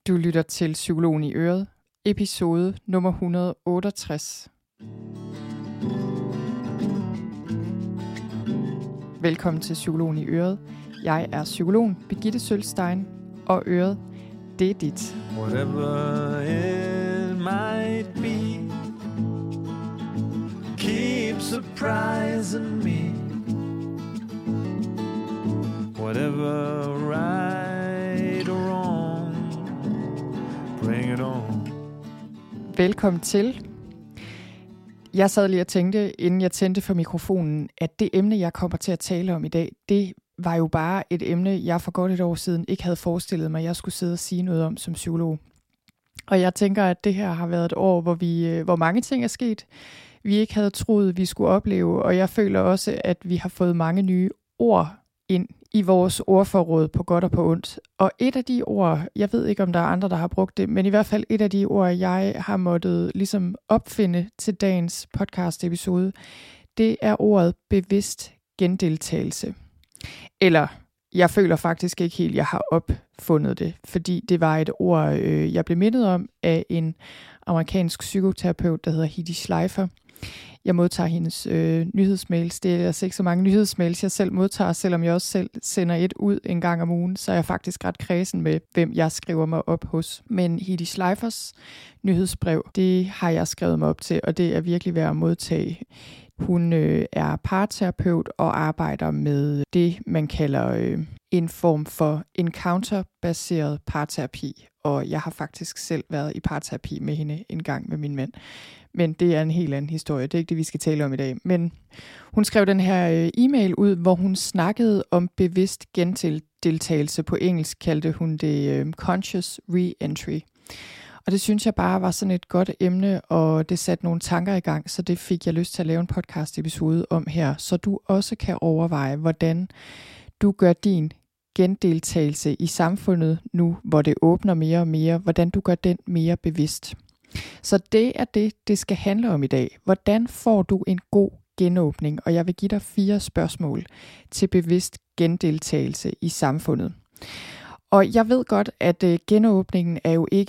Du lytter til Psykologen i Øret, episode nummer 168. Velkommen til Psykologen i Øret. Jeg er psykologen Birgitte Sølstein, og Øret, det er dit. Whatever it might be, keep surprising me. Whatever right or wrong, bring it on. Velkommen til. Jeg sad lige og tænkte, inden jeg tændte for mikrofonen, at det emne, jeg kommer til at tale om i dag, det var jo bare et emne, jeg for godt et år siden ikke havde forestillet mig, at jeg skulle sidde og sige noget om som psykolog. Og jeg tænker, at det her har været et år, hvor mange ting er sket, vi ikke havde troet, vi skulle opleve. Og jeg føler også, at vi har fået mange nye ord ind i vores ordforråd på godt og på ondt. Og et af de ord, jeg ved ikke, om der er andre, der har brugt det, men i hvert fald et af de ord, jeg har måttet ligesom opfinde til dagens podcast-episode, det er ordet bevidst gendeltagelse. Eller, jeg føler faktisk ikke helt, jeg har opfundet det, fordi det var et ord, jeg blev mindet om af en amerikansk psykoterapeut, der hedder Heidi Schleifer. Jeg modtager hendes nyhedsmails. Det er altså ikke så mange nyhedsmails, jeg selv modtager, selvom jeg også selv sender et ud en gang om ugen, så er jeg faktisk ret kredsen med, hvem jeg skriver mig op hos. Men Heidi Schleifers nyhedsbrev, det har jeg skrevet mig op til, og det er virkelig værd at modtage. Hun er parterapeut og arbejder med det, man kalder en form for encounter-baseret parterapi. Og jeg har faktisk selv været i parterapi med hende en gang med min mand. Men det er en helt anden historie. Det er ikke det, vi skal tale om i dag. Men hun skrev den her e-mail ud, hvor hun snakkede om bevidst gendeltagelse. På engelsk kaldte hun det conscious re-entry. Og det synes jeg bare var sådan et godt emne, og det satte nogle tanker i gang, så det fik jeg lyst til at lave en podcast-episode om her, så du også kan overveje, hvordan du gør din gendeltagelse i samfundet nu, hvor det åbner mere og mere, hvordan du gør den mere bevidst. Så det er det skal handle om i dag. Hvordan får du en god genåbning? Og jeg vil give dig 4 spørgsmål til bevidst gendeltagelse i samfundet. Og jeg ved godt, at genåbningen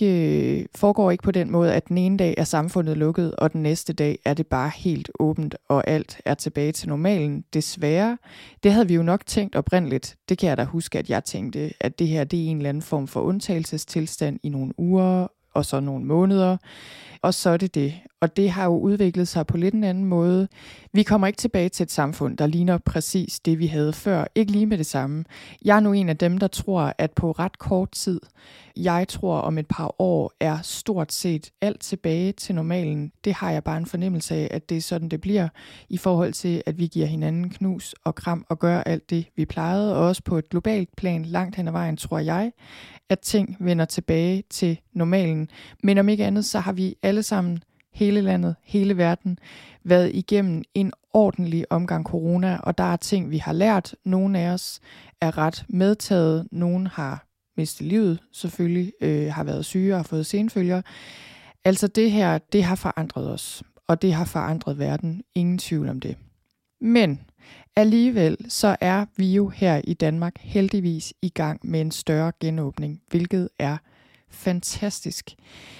foregår ikke på den måde, at den ene dag er samfundet lukket, og den næste dag er det bare helt åbent, og alt er tilbage til normalen. Desværre, det havde vi jo nok tænkt oprindeligt. Det kan jeg da huske, at jeg tænkte, at det her det er en eller anden form for undtagelsestilstand i nogle uger, og så nogle måneder, og så er det. Og det har jo udviklet sig på lidt en anden måde. Vi kommer ikke tilbage til et samfund, der ligner præcis det, vi havde før. Ikke lige med det samme. Jeg er nu en af dem, der tror, at på ret kort tid, jeg tror om et par år, er stort set alt tilbage til normalen. Det har jeg bare en fornemmelse af, at det er sådan, det bliver, i forhold til, at vi giver hinanden knus og kram og gør alt det, vi plejede. Og også på et globalt plan, langt hen ad vejen, tror jeg, at ting vender tilbage til normalen. Men om ikke andet, så har vi alle sammen, hele landet, hele verden, været igennem en ordentlig omgang corona, og der er ting, vi har lært. Nogle af os er ret medtaget, nogle har mistet livet, selvfølgelig har været syge og har fået senfølger. Altså det her, det har forandret os, og det har forandret verden. Ingen tvivl om det. Men alligevel så er vi jo her i Danmark heldigvis i gang med en større genåbning, hvilket er fantastisk.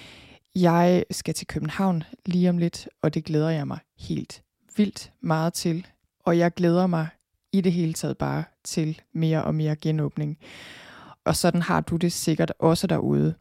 Jeg skal til København lige om lidt, og det glæder jeg mig helt vildt meget til. Og jeg glæder mig i det hele taget bare til mere og mere genåbning. Og sådan har du det sikkert også derude.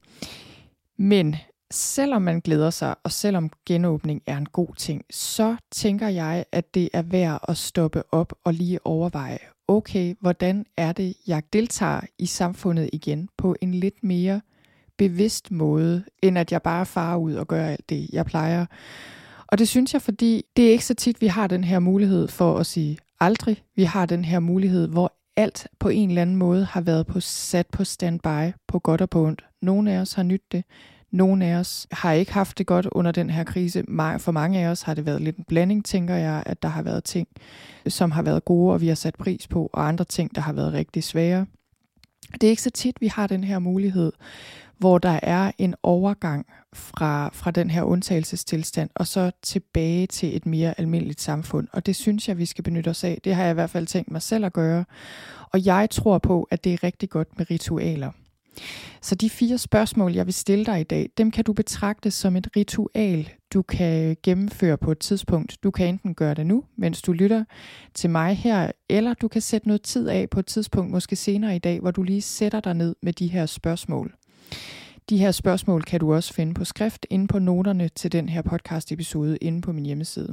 Men selvom man glæder sig, og selvom genåbning er en god ting, så tænker jeg, at det er værd at stoppe op og lige overveje, okay, hvordan er det, jeg deltager i samfundet igen på en lidt mere bevidst måde, end at jeg bare farer ud og gør alt det, jeg plejer. Og det synes jeg, fordi det er ikke så tit, vi har den her mulighed for at sige aldrig. Vi har den her mulighed, hvor alt på en eller anden måde har været sat på standby, på godt og på ondt. Nogle af os har nydt det. Nogle af os har ikke haft det godt under den her krise. For mange af os har det været lidt en blanding, tænker jeg, at der har været ting, som har været gode, og vi har sat pris på, og andre ting, der har været rigtig svære. Det er ikke så tit, vi har den her mulighed, hvor der er en overgang fra den her undtagelsestilstand, og så tilbage til et mere almindeligt samfund. Og det synes jeg, vi skal benytte os af. Det har jeg i hvert fald tænkt mig selv at gøre. Og jeg tror på, at det er rigtig godt med ritualer. Så de 4 spørgsmål, jeg vil stille dig i dag, dem kan du betragte som et ritual, du kan gennemføre på et tidspunkt. Du kan enten gøre det nu, mens du lytter til mig her, eller du kan sætte noget tid af på et tidspunkt, måske senere i dag, hvor du lige sætter dig ned med de her spørgsmål. De her spørgsmål kan du også finde på skrift inde på noterne til den her podcast-episode inde på min hjemmeside.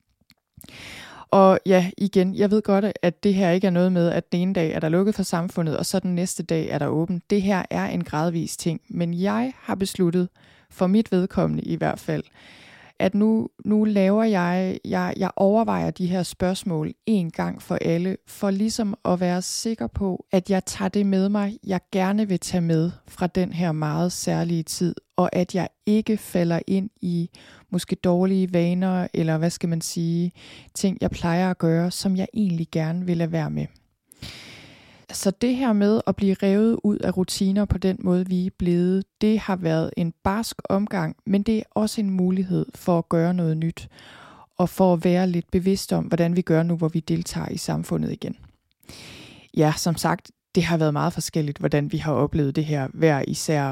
Og ja, igen, jeg ved godt, at det her ikke er noget med, at den ene dag er der lukket for samfundet, og så den næste dag er der åben. Det her er en gradvis ting, men jeg har besluttet, for mit vedkommende i hvert fald, at nu laver jeg overvejer de her spørgsmål en gang for alle, for ligesom at være sikker på, at jeg tager det med mig, jeg gerne vil tage med fra den her meget særlige tid, og at jeg ikke falder ind i måske dårlige vaner, eller hvad skal man sige, ting jeg plejer at gøre, som jeg egentlig gerne vil lade være med. Så det her med at blive revet ud af rutiner på den måde, vi er blevet, det har været en barsk omgang, men det er også en mulighed for at gøre noget nyt, og for at være lidt bevidst om, hvordan vi gør nu, hvor vi deltager i samfundet igen. Ja, som sagt, det har været meget forskelligt, hvordan vi har oplevet det her hver især,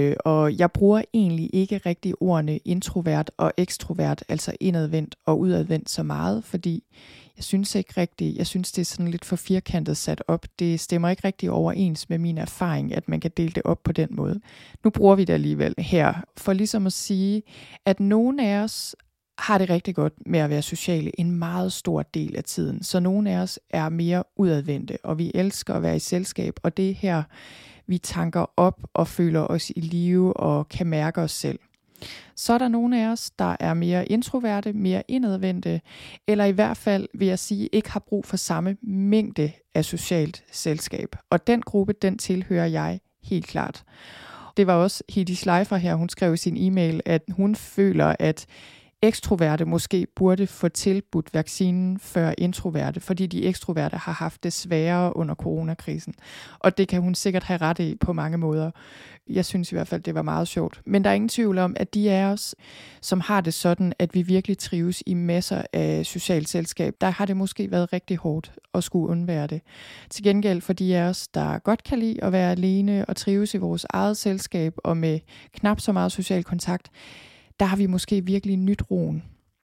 og jeg bruger egentlig ikke rigtig ordene introvert og ekstrovert, altså indadvendt og udadvendt så meget, fordi jeg synes det er sådan lidt for firkantet sat op. Det stemmer ikke rigtig overens med min erfaring, at man kan dele det op på den måde. Nu bruger vi det alligevel her, for ligesom at sige, at nogen af os har det rigtig godt med at være sociale en meget stor del af tiden. Så nogle af os er mere udadvendte, og vi elsker at være i selskab, og det er her, vi tanker op og føler os i live og kan mærke os selv. Så er der nogle af os, der er mere introverte, mere indadvendte, eller i hvert fald, vil jeg sige, ikke har brug for samme mængde af socialt selskab. Og den gruppe, den tilhører jeg helt klart. Det var også Heidi Schleifer her, hun skrev i sin e-mail, at hun føler, at ekstroverte måske burde få tilbudt vaccinen før introverte, fordi de ekstroverte har haft det sværere under coronakrisen. Og det kan hun sikkert have ret i på mange måder. Jeg synes i hvert fald, det var meget sjovt. Men der er ingen tvivl om, at de af os, som har det sådan, at vi virkelig trives i masser af socialt selskab, der har det måske været rigtig hårdt at skulle undvære det. Til gengæld for de af os, der godt kan lide at være alene og trives i vores eget selskab og med knap så meget social kontakt, der har vi måske virkelig nyt roen.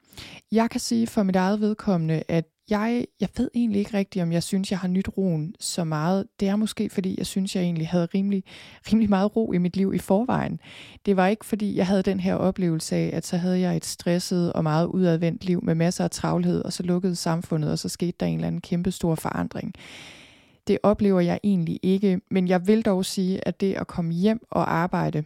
Jeg kan sige for mit eget vedkommende, at jeg ved egentlig ikke rigtigt, om jeg synes, jeg har nyt roen så meget. Det er måske, fordi jeg synes, jeg egentlig havde rimelig meget ro i mit liv i forvejen. Det var ikke, fordi jeg havde den her oplevelse af, at så havde jeg et stresset og meget udadvendt liv med masser af travlhed, og så lukkede samfundet, og så skete der en eller anden kæmpe stor forandring. Det oplever jeg egentlig ikke, men jeg vil dog sige, at det at komme hjem og arbejde,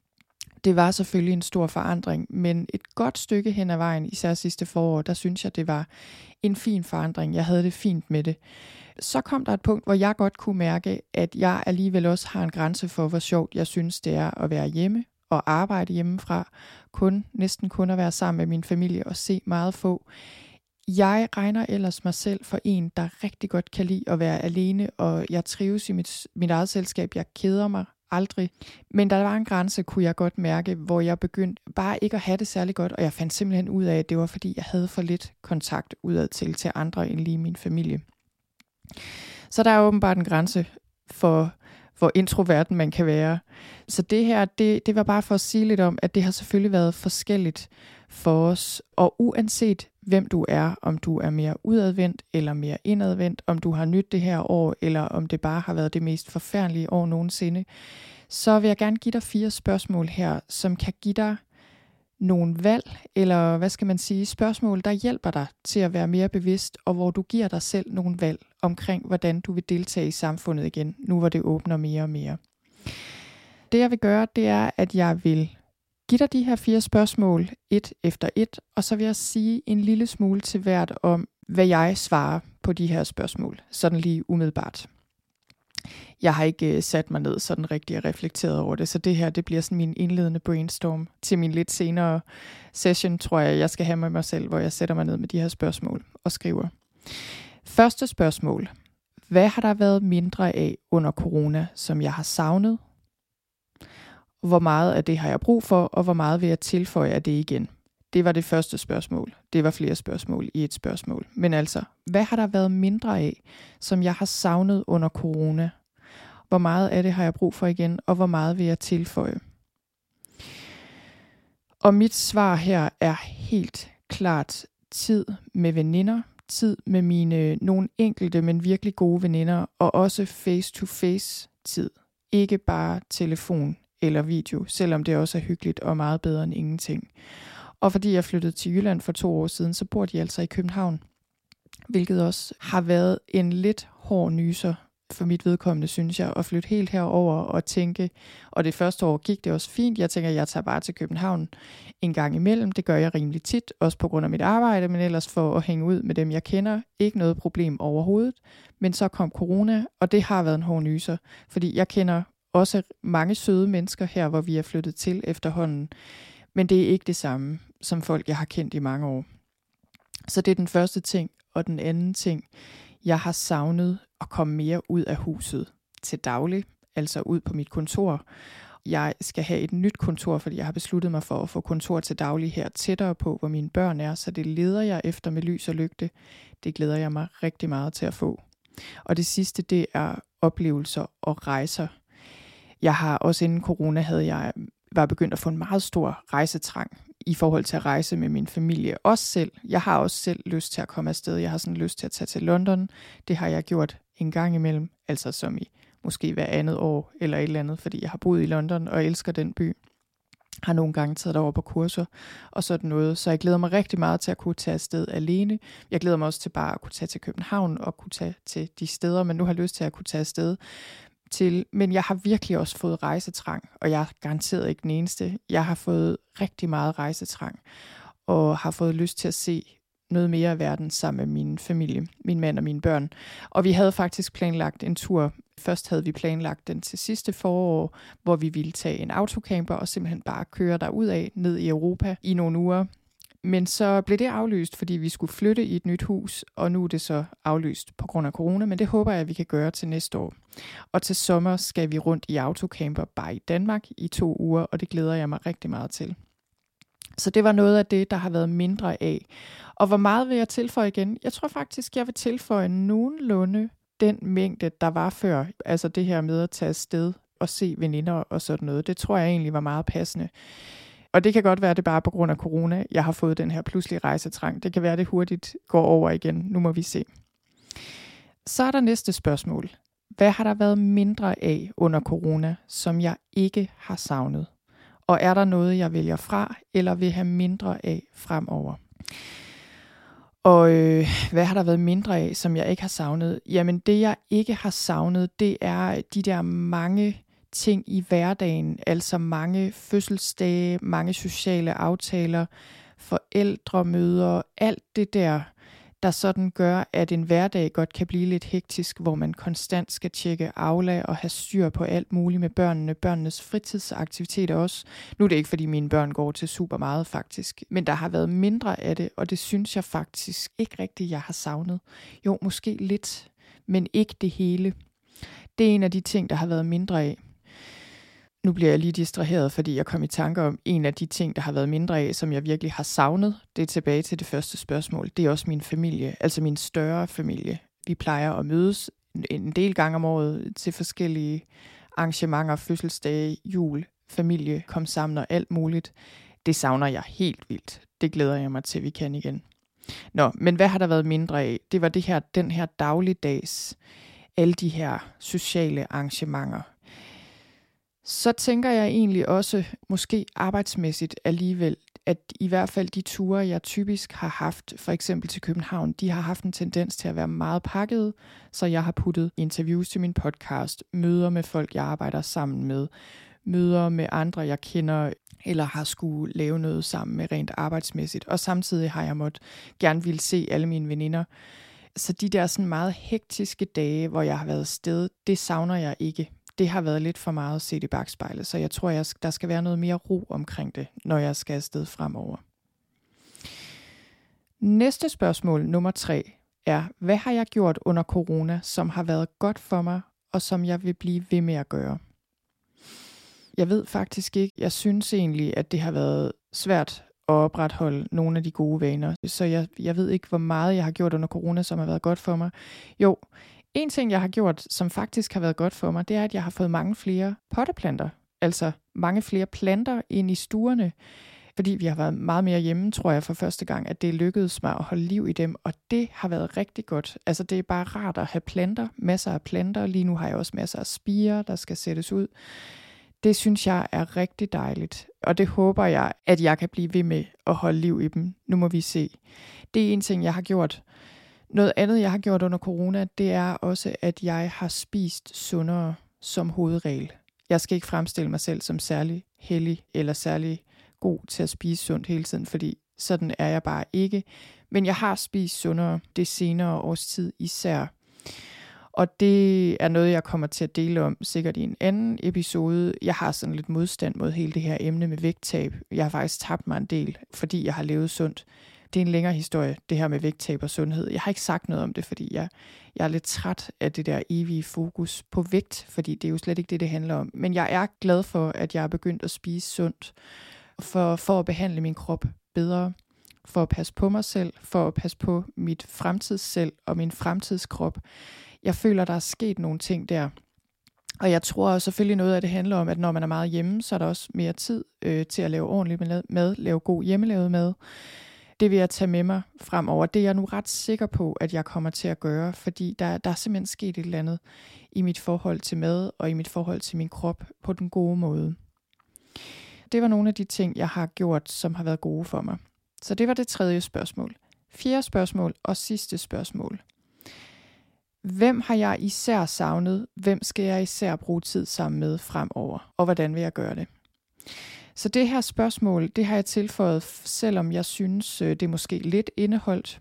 det var selvfølgelig en stor forandring, men et godt stykke hen ad vejen, især sidste forår, der synes jeg, det var en fin forandring. Jeg havde det fint med det. Så kom der et punkt, hvor jeg godt kunne mærke, at jeg alligevel også har en grænse for, hvor sjovt jeg synes, det er at være hjemme og arbejde hjemmefra. Næsten kun at være sammen med min familie og se meget få. Jeg regner ellers mig selv for en, der rigtig godt kan lide at være alene, og jeg trives i mit eget selskab. Jeg keder mig aldrig. Men der var en grænse, kunne jeg godt mærke, hvor jeg begyndte bare ikke at have det særlig godt, og jeg fandt simpelthen ud af, at det var fordi, jeg havde for lidt kontakt udad til andre end lige min familie. Så der er åbenbart en grænse for, hvor introverten man kan være. Så det her, det var bare for at sige lidt om, at det har selvfølgelig været forskelligt for os, og uanset hvem du er, om du er mere udadvendt eller mere indadvendt, om du har nydt det her år, eller om det bare har været det mest forfærdelige år nogensinde, så vil jeg gerne give dig 4 spørgsmål her, som kan give dig nogle valg, eller hvad skal man sige, spørgsmål, der hjælper dig til at være mere bevidst, og hvor du giver dig selv nogle valg omkring, hvordan du vil deltage i samfundet igen, nu hvor det åbner mere og mere. Det jeg vil gøre, det er, at jeg vil give dig de her 4 spørgsmål, et efter et, og så vil jeg sige en lille smule til hvert om, hvad jeg svarer på de her spørgsmål, sådan lige umiddelbart. Jeg har ikke sat mig ned sådan rigtig og reflekteret over det, så det her, det bliver sådan min indledende brainstorm til min lidt senere session, tror jeg skal have med mig selv, hvor jeg sætter mig ned med de her spørgsmål og skriver. Første spørgsmål. Hvad har der været mindre af under corona, som jeg har savnet? Hvor meget af det har jeg brug for, og hvor meget vil jeg tilføje af det igen? Det var det første spørgsmål. Det var flere spørgsmål i et spørgsmål. Men altså, hvad har der været mindre af, som jeg har savnet under corona? Hvor meget af det har jeg brug for igen, og hvor meget vil jeg tilføje? Og mit svar her er helt klart tid med veninder, tid med mine nogle enkelte, men virkelig gode veninder, og også face-to-face tid. Ikke bare telefon eller video, selvom det også er hyggeligt og meget bedre end ingenting. Og fordi jeg flyttede til Jylland for 2 år siden, så bor de altså i København, hvilket også har været en lidt hård nyser for mit vedkommende, synes jeg, at flytte helt herover og tænke, og det første år gik det også fint. Jeg tænker, jeg tager bare til København en gang imellem. Det gør jeg rimelig tit, også på grund af mit arbejde, men ellers for at hænge ud med dem, jeg kender. Ikke noget problem overhovedet. Men så kom corona, og det har været en hård nyser, fordi jeg kender også mange søde mennesker her, hvor vi er flyttet til efterhånden. Men det er ikke det samme som folk, jeg har kendt i mange år. Så det er den første ting. Og den anden ting, jeg har savnet at komme mere ud af huset til daglig, altså ud på mit kontor. Jeg skal have et nyt kontor, fordi jeg har besluttet mig for at få kontor til daglig her tættere på, hvor mine børn er, så det leder jeg efter med lys og lygte. Det glæder jeg mig rigtig meget til at få. Og det sidste, det er oplevelser og rejser. Jeg har også inden corona var begyndt at få en meget stor rejsetrang i forhold til at rejse med min familie. Også selv. Jeg har også selv lyst til at komme afsted. Jeg har sådan lyst til at tage til London. Det har jeg gjort en gang imellem, altså som i måske hver andet år eller et eller andet, fordi jeg har boet i London og elsker den by. Har nogle gange taget over på kurser og sådan noget. Så jeg glæder mig rigtig meget til at kunne tage afsted alene. Jeg glæder mig også til bare at kunne tage til København og kunne tage til de steder, men nu har jeg lyst til at kunne tage afsted til. Men jeg har virkelig også fået rejsetrang, og jeg er garanteret ikke den eneste. Jeg har fået rigtig meget rejsetrang og har fået lyst til at se noget mere af verden sammen med min familie, min mand og mine børn. Og vi havde faktisk planlagt en tur. Først havde vi planlagt den til sidste forår, hvor vi ville tage en autocamper og simpelthen bare køre derudad ned i Europa i nogle uger. Men så blev det aflyst, fordi vi skulle flytte i et nyt hus, og nu er det så aflyst på grund af corona, men det håber jeg, at vi kan gøre til næste år. Og til sommer skal vi rundt i autocamper bare i Danmark i 2 uger, og det glæder jeg mig rigtig meget til. Så det var noget af det, der har været mindre af. Og hvor meget vil jeg tilføje igen? Jeg tror faktisk, jeg vil tilføje nogenlunde den mængde, der var før. Altså det her med at tage afsted og se veninder og sådan noget. Det tror jeg egentlig var meget passende. Og det kan godt være, at det bare er på grund af corona, jeg har fået den her pludselige rejsetrang. Det kan være, at det hurtigt går over igen. Nu må vi se. Så er der næste spørgsmål. Hvad har der været mindre af under corona, som jeg ikke har savnet? Og er der noget, jeg vælger fra, eller vil have mindre af fremover? Og hvad har der været mindre af, som jeg ikke har savnet? Jamen det, jeg ikke har savnet, det er de der mange ting i hverdagen. Altså mange fødselsdage, mange sociale aftaler, forældremøder, alt det der sådan gør, at en hverdag godt kan blive lidt hektisk, hvor man konstant skal tjekke Aula og have styr på alt muligt med børnene, børnenes fritidsaktiviteter også. Nu er det ikke, fordi mine børn går til super meget faktisk, men der har været mindre af det, og det synes jeg faktisk ikke rigtigt, jeg har savnet. Jo, måske lidt, men ikke det hele. Det er en af de ting, der har været mindre af. Nu bliver jeg lige distraheret, fordi jeg kom i tanke om en af de ting, der har været mindre af, som jeg virkelig har savnet. Det er tilbage til det første spørgsmål. Det er også min familie, altså min større familie. Vi plejer at mødes en del gange om året til forskellige arrangementer, fødselsdage, jul, familie, kom sammen og alt muligt. Det savner jeg helt vildt. Det glæder jeg mig til, vi kan igen. Nå, men hvad har der været mindre af? Det var den her dagligdags, alle de her sociale arrangementer. Så tænker jeg egentlig også, måske arbejdsmæssigt alligevel, at i hvert fald de ture, jeg typisk har haft, for eksempel til København, de har haft en tendens til at være meget pakket, så jeg har puttet interviews til min podcast, møder med folk, jeg arbejder sammen med, møder med andre, jeg kender, eller har skulle lave noget sammen med rent arbejdsmæssigt, og samtidig har jeg gerne ville se alle mine veninder. Så de der sådan meget hektiske dage, hvor jeg har været afsted, det savner jeg ikke. Det har været lidt for meget set i bakspejlet, så jeg tror, der skal være noget mere ro omkring det, når jeg skal afsted fremover. Næste spørgsmål, nummer 3, er, hvad har jeg gjort under corona, som har været godt for mig, og som jeg vil blive ved med at gøre? Jeg ved faktisk ikke. Jeg synes egentlig, at det har været svært at opretholde nogle af de gode vaner. Så jeg ved ikke, hvor meget jeg har gjort under corona, som har været godt for mig. Jo, En ting, jeg har gjort, som faktisk har været godt for mig, det er, at jeg har fået mange flere potteplanter. Altså mange flere planter ind i stuerne, fordi vi har været meget mere hjemme, tror jeg, for første gang, at det lykkedes mig at holde liv i dem, og det har været rigtig godt. Altså det er bare rart at have planter, masser af planter. Lige nu har jeg også masser af spirer, der skal sættes ud. Det synes jeg er rigtig dejligt, og det håber jeg, at jeg kan blive ved med at holde liv i dem. Nu må vi se. Det er en ting, jeg har gjort. Noget andet, jeg har gjort under corona, det er også, at jeg har spist sundere som hovedregel. Jeg skal ikke fremstille mig selv som særlig hellig eller særlig god til at spise sundt hele tiden, fordi sådan er jeg bare ikke. Men jeg har spist sundere det senere års tid især. Og det er noget, jeg kommer til at dele om sikkert i en anden episode. Jeg har sådan lidt modstand mod hele det her emne med vægttab. Jeg har faktisk tabt mig en del, fordi jeg har levet sundt. Det er en længere historie, det her med vægttab og sundhed. Jeg har ikke sagt noget om det, fordi jeg er lidt træt af det der evige fokus på vægt, fordi det er jo slet ikke det handler om. Men jeg er glad for, at jeg er begyndt at spise sundt, for at behandle min krop bedre, for at passe på mig selv, for at passe på mit fremtidsselv og min fremtidskrop. Jeg føler, der er sket nogle ting der. Og jeg tror selvfølgelig noget af det handler om, at når man er meget hjemme, så er der også mere tid til at lave ordentlig mad, lave god hjemmelavet mad. Det vil jeg tage med mig fremover. Det er jeg nu ret sikker på, at jeg kommer til at gøre, fordi der er simpelthen sket et eller andet i mit forhold til mad og i mit forhold til min krop på den gode måde. Det var nogle af de ting, jeg har gjort, som har været gode for mig. Så det var det 3. spørgsmål. 4. spørgsmål og sidste spørgsmål. Hvem har jeg især savnet? Hvem skal jeg især bruge tid sammen med fremover? Og hvordan vil jeg gøre det? Så det her spørgsmål, det har jeg tilføjet, selvom jeg synes, det er måske lidt indeholdt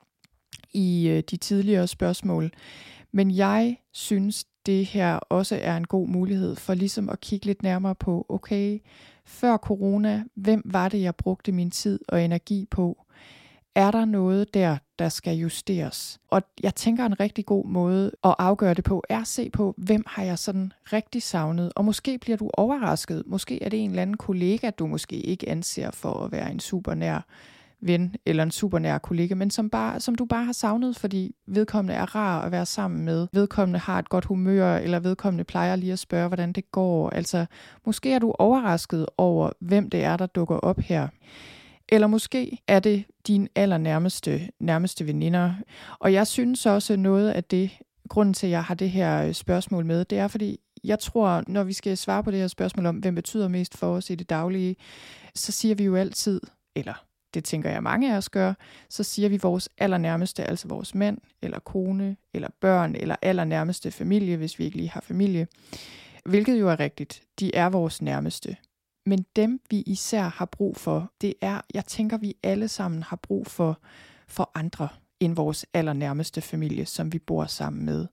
i de tidligere spørgsmål. Men jeg synes, det her også er en god mulighed for ligesom at kigge lidt nærmere på, okay, før corona, hvem var det, jeg brugte min tid og energi på? Er der noget der skal justeres? Og jeg tænker, en rigtig god måde at afgøre det på, er at se på, hvem har jeg sådan rigtig savnet? Og måske bliver du overrasket. Måske er det en eller anden kollega, du måske ikke anser for at være en super nær ven eller en super nær kollega, men som du bare har savnet, fordi vedkommende er rar at være sammen med. Vedkommende har et godt humør, eller vedkommende plejer lige at spørge, hvordan det går. Altså, måske er du overrasket over, hvem det er, der dukker op her. Eller måske er det dine allernærmeste veninder. Og jeg synes også noget af det, grunden til, at jeg har det her spørgsmål med, det er, fordi jeg tror, når vi skal svare på det her spørgsmål om, hvem betyder mest for os i det daglige, så siger vi jo altid, eller det tænker jeg mange af os gør, så siger vi vores allernærmeste, altså vores mand, eller kone, eller børn, eller allernærmeste familie, hvis vi ikke lige har familie. Hvilket jo er rigtigt. De er vores nærmeste. Men dem, vi især har brug for, det er, jeg tænker, vi alle sammen har brug for andre end vores allernærmeste familie, som vi bor sammen med.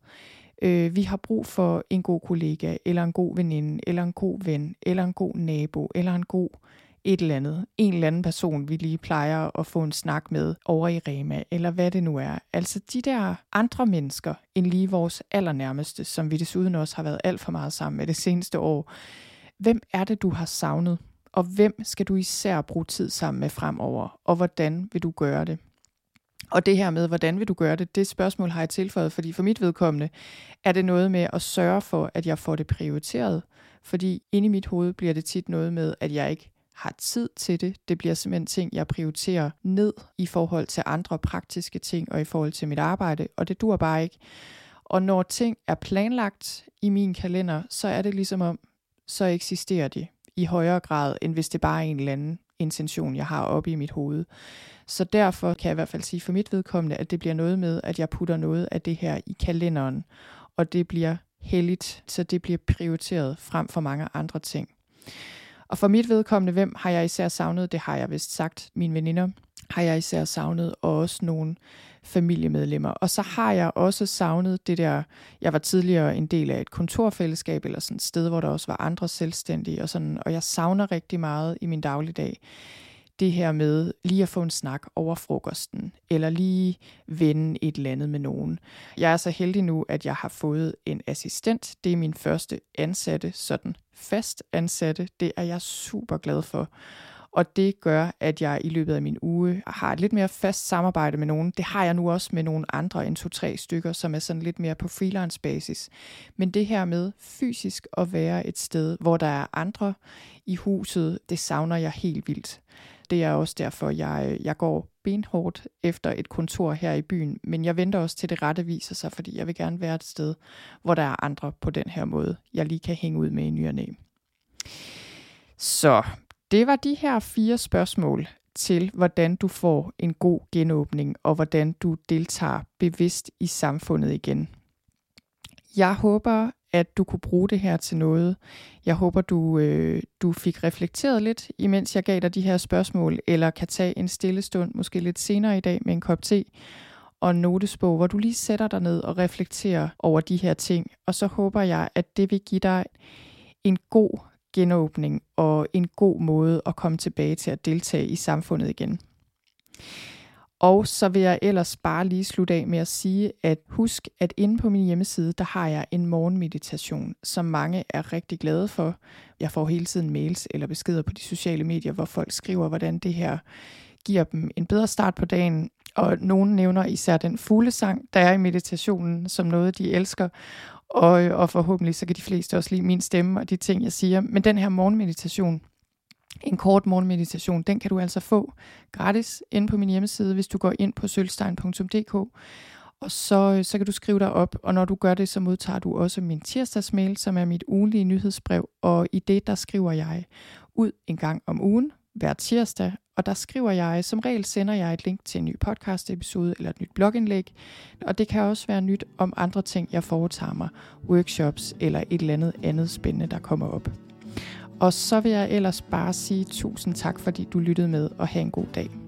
Vi har brug for en god kollega, eller en god veninde, eller en god ven, eller en god nabo, eller en god et eller andet. En eller anden person, vi lige plejer at få en snak med over i Rema, eller hvad det nu er. Altså de der andre mennesker, end lige vores allernærmeste, som vi desuden også har været alt for meget sammen med det seneste år. Hvem er det, du har savnet? Og hvem skal du især bruge tid sammen med fremover? Og hvordan vil du gøre det? Og det her med, hvordan vil du gøre det, det spørgsmål har jeg tilføjet, fordi for mit vedkommende er det noget med at sørge for, at jeg får det prioriteret. Fordi inde i mit hoved bliver det tit noget med, at jeg ikke har tid til det. Det bliver simpelthen ting, jeg prioriterer ned i forhold til andre praktiske ting og i forhold til mit arbejde, og det dur bare ikke. Og når ting er planlagt i min kalender, så er det ligesom om, så eksisterer de i højere grad, end hvis det bare er en eller anden intention, jeg har oppe i mit hoved. Så derfor kan jeg i hvert fald sige for mit vedkommende, at det bliver noget med, at jeg putter noget af det her i kalenderen, og det bliver helligt, så det bliver prioriteret frem for mange andre ting. Og for mit vedkommende, hvem har jeg især savnet? Det har jeg vist sagt. Mine veninder har jeg især savnet, og også nogle familiemedlemmer. Og så har jeg også savnet det der, jeg var tidligere en del af et kontorfællesskab, eller sådan et sted, hvor der også var andre selvstændige, og jeg savner rigtig meget i min dagligdag det her med lige at få en snak over frokosten, eller lige vende et eller andet med nogen. Jeg er så heldig nu, at jeg har fået en assistent. Det er min første ansatte, sådan fast ansatte. Det er jeg super glad for. Og det gør, at jeg i løbet af min uge har et lidt mere fast samarbejde med nogen. Det har jeg nu også med nogle andre end 2-3 stykker, som er sådan lidt mere på freelance basis. Men det her med fysisk at være et sted, hvor der er andre i huset, det savner jeg helt vildt. Det er også derfor, jeg går benhårdt efter et kontor her i byen, men jeg venter også til det rette viser sig, fordi jeg vil gerne være et sted, hvor der er andre på den her måde, jeg lige kan hænge ud med i ny og næ. Så det var de her 4 spørgsmål til, hvordan du får en god genåbning, og hvordan du deltager bevidst i samfundet igen. Jeg håber, at du kunne bruge det her til noget. Jeg håber, du fik reflekteret lidt, imens jeg gav dig de her spørgsmål, eller kan tage en stille stund, måske lidt senere i dag med en kop te og en notesbog, hvor du lige sætter dig ned og reflekterer over de her ting. Og så håber jeg, at det vil give dig en god genåbning og en god måde at komme tilbage til at deltage i samfundet igen. Og så vil jeg ellers bare lige slutte af med at sige, at husk, at inde på min hjemmeside, der har jeg en morgenmeditation, som mange er rigtig glade for. Jeg får hele tiden mails eller beskeder på de sociale medier, hvor folk skriver, hvordan det her giver dem en bedre start på dagen. Og nogen nævner især den fuglesang, der er i meditationen, som noget, de elsker. Og forhåbentlig så kan de fleste også lide min stemme og de ting, jeg siger. Men den her morgenmeditation, en kort morgenmeditation, den kan du altså få gratis inde på min hjemmeside, hvis du går ind på sølvstein.dk. Og så kan du skrive dig op, og når du gør det, så modtager du også min tirsdagsmail, som er mit ugentlige nyhedsbrev. Og i det, der skriver jeg ud en gang om ugen, hver tirsdag, og der skriver jeg, som regel sender jeg et link til en ny podcast episode eller et nyt blogindlæg, og det kan også være nyt om andre ting, jeg foretager mig, workshops eller et eller andet spændende, der kommer op. Og så vil jeg ellers bare sige tusind tak, fordi du lyttede med, og have en god dag.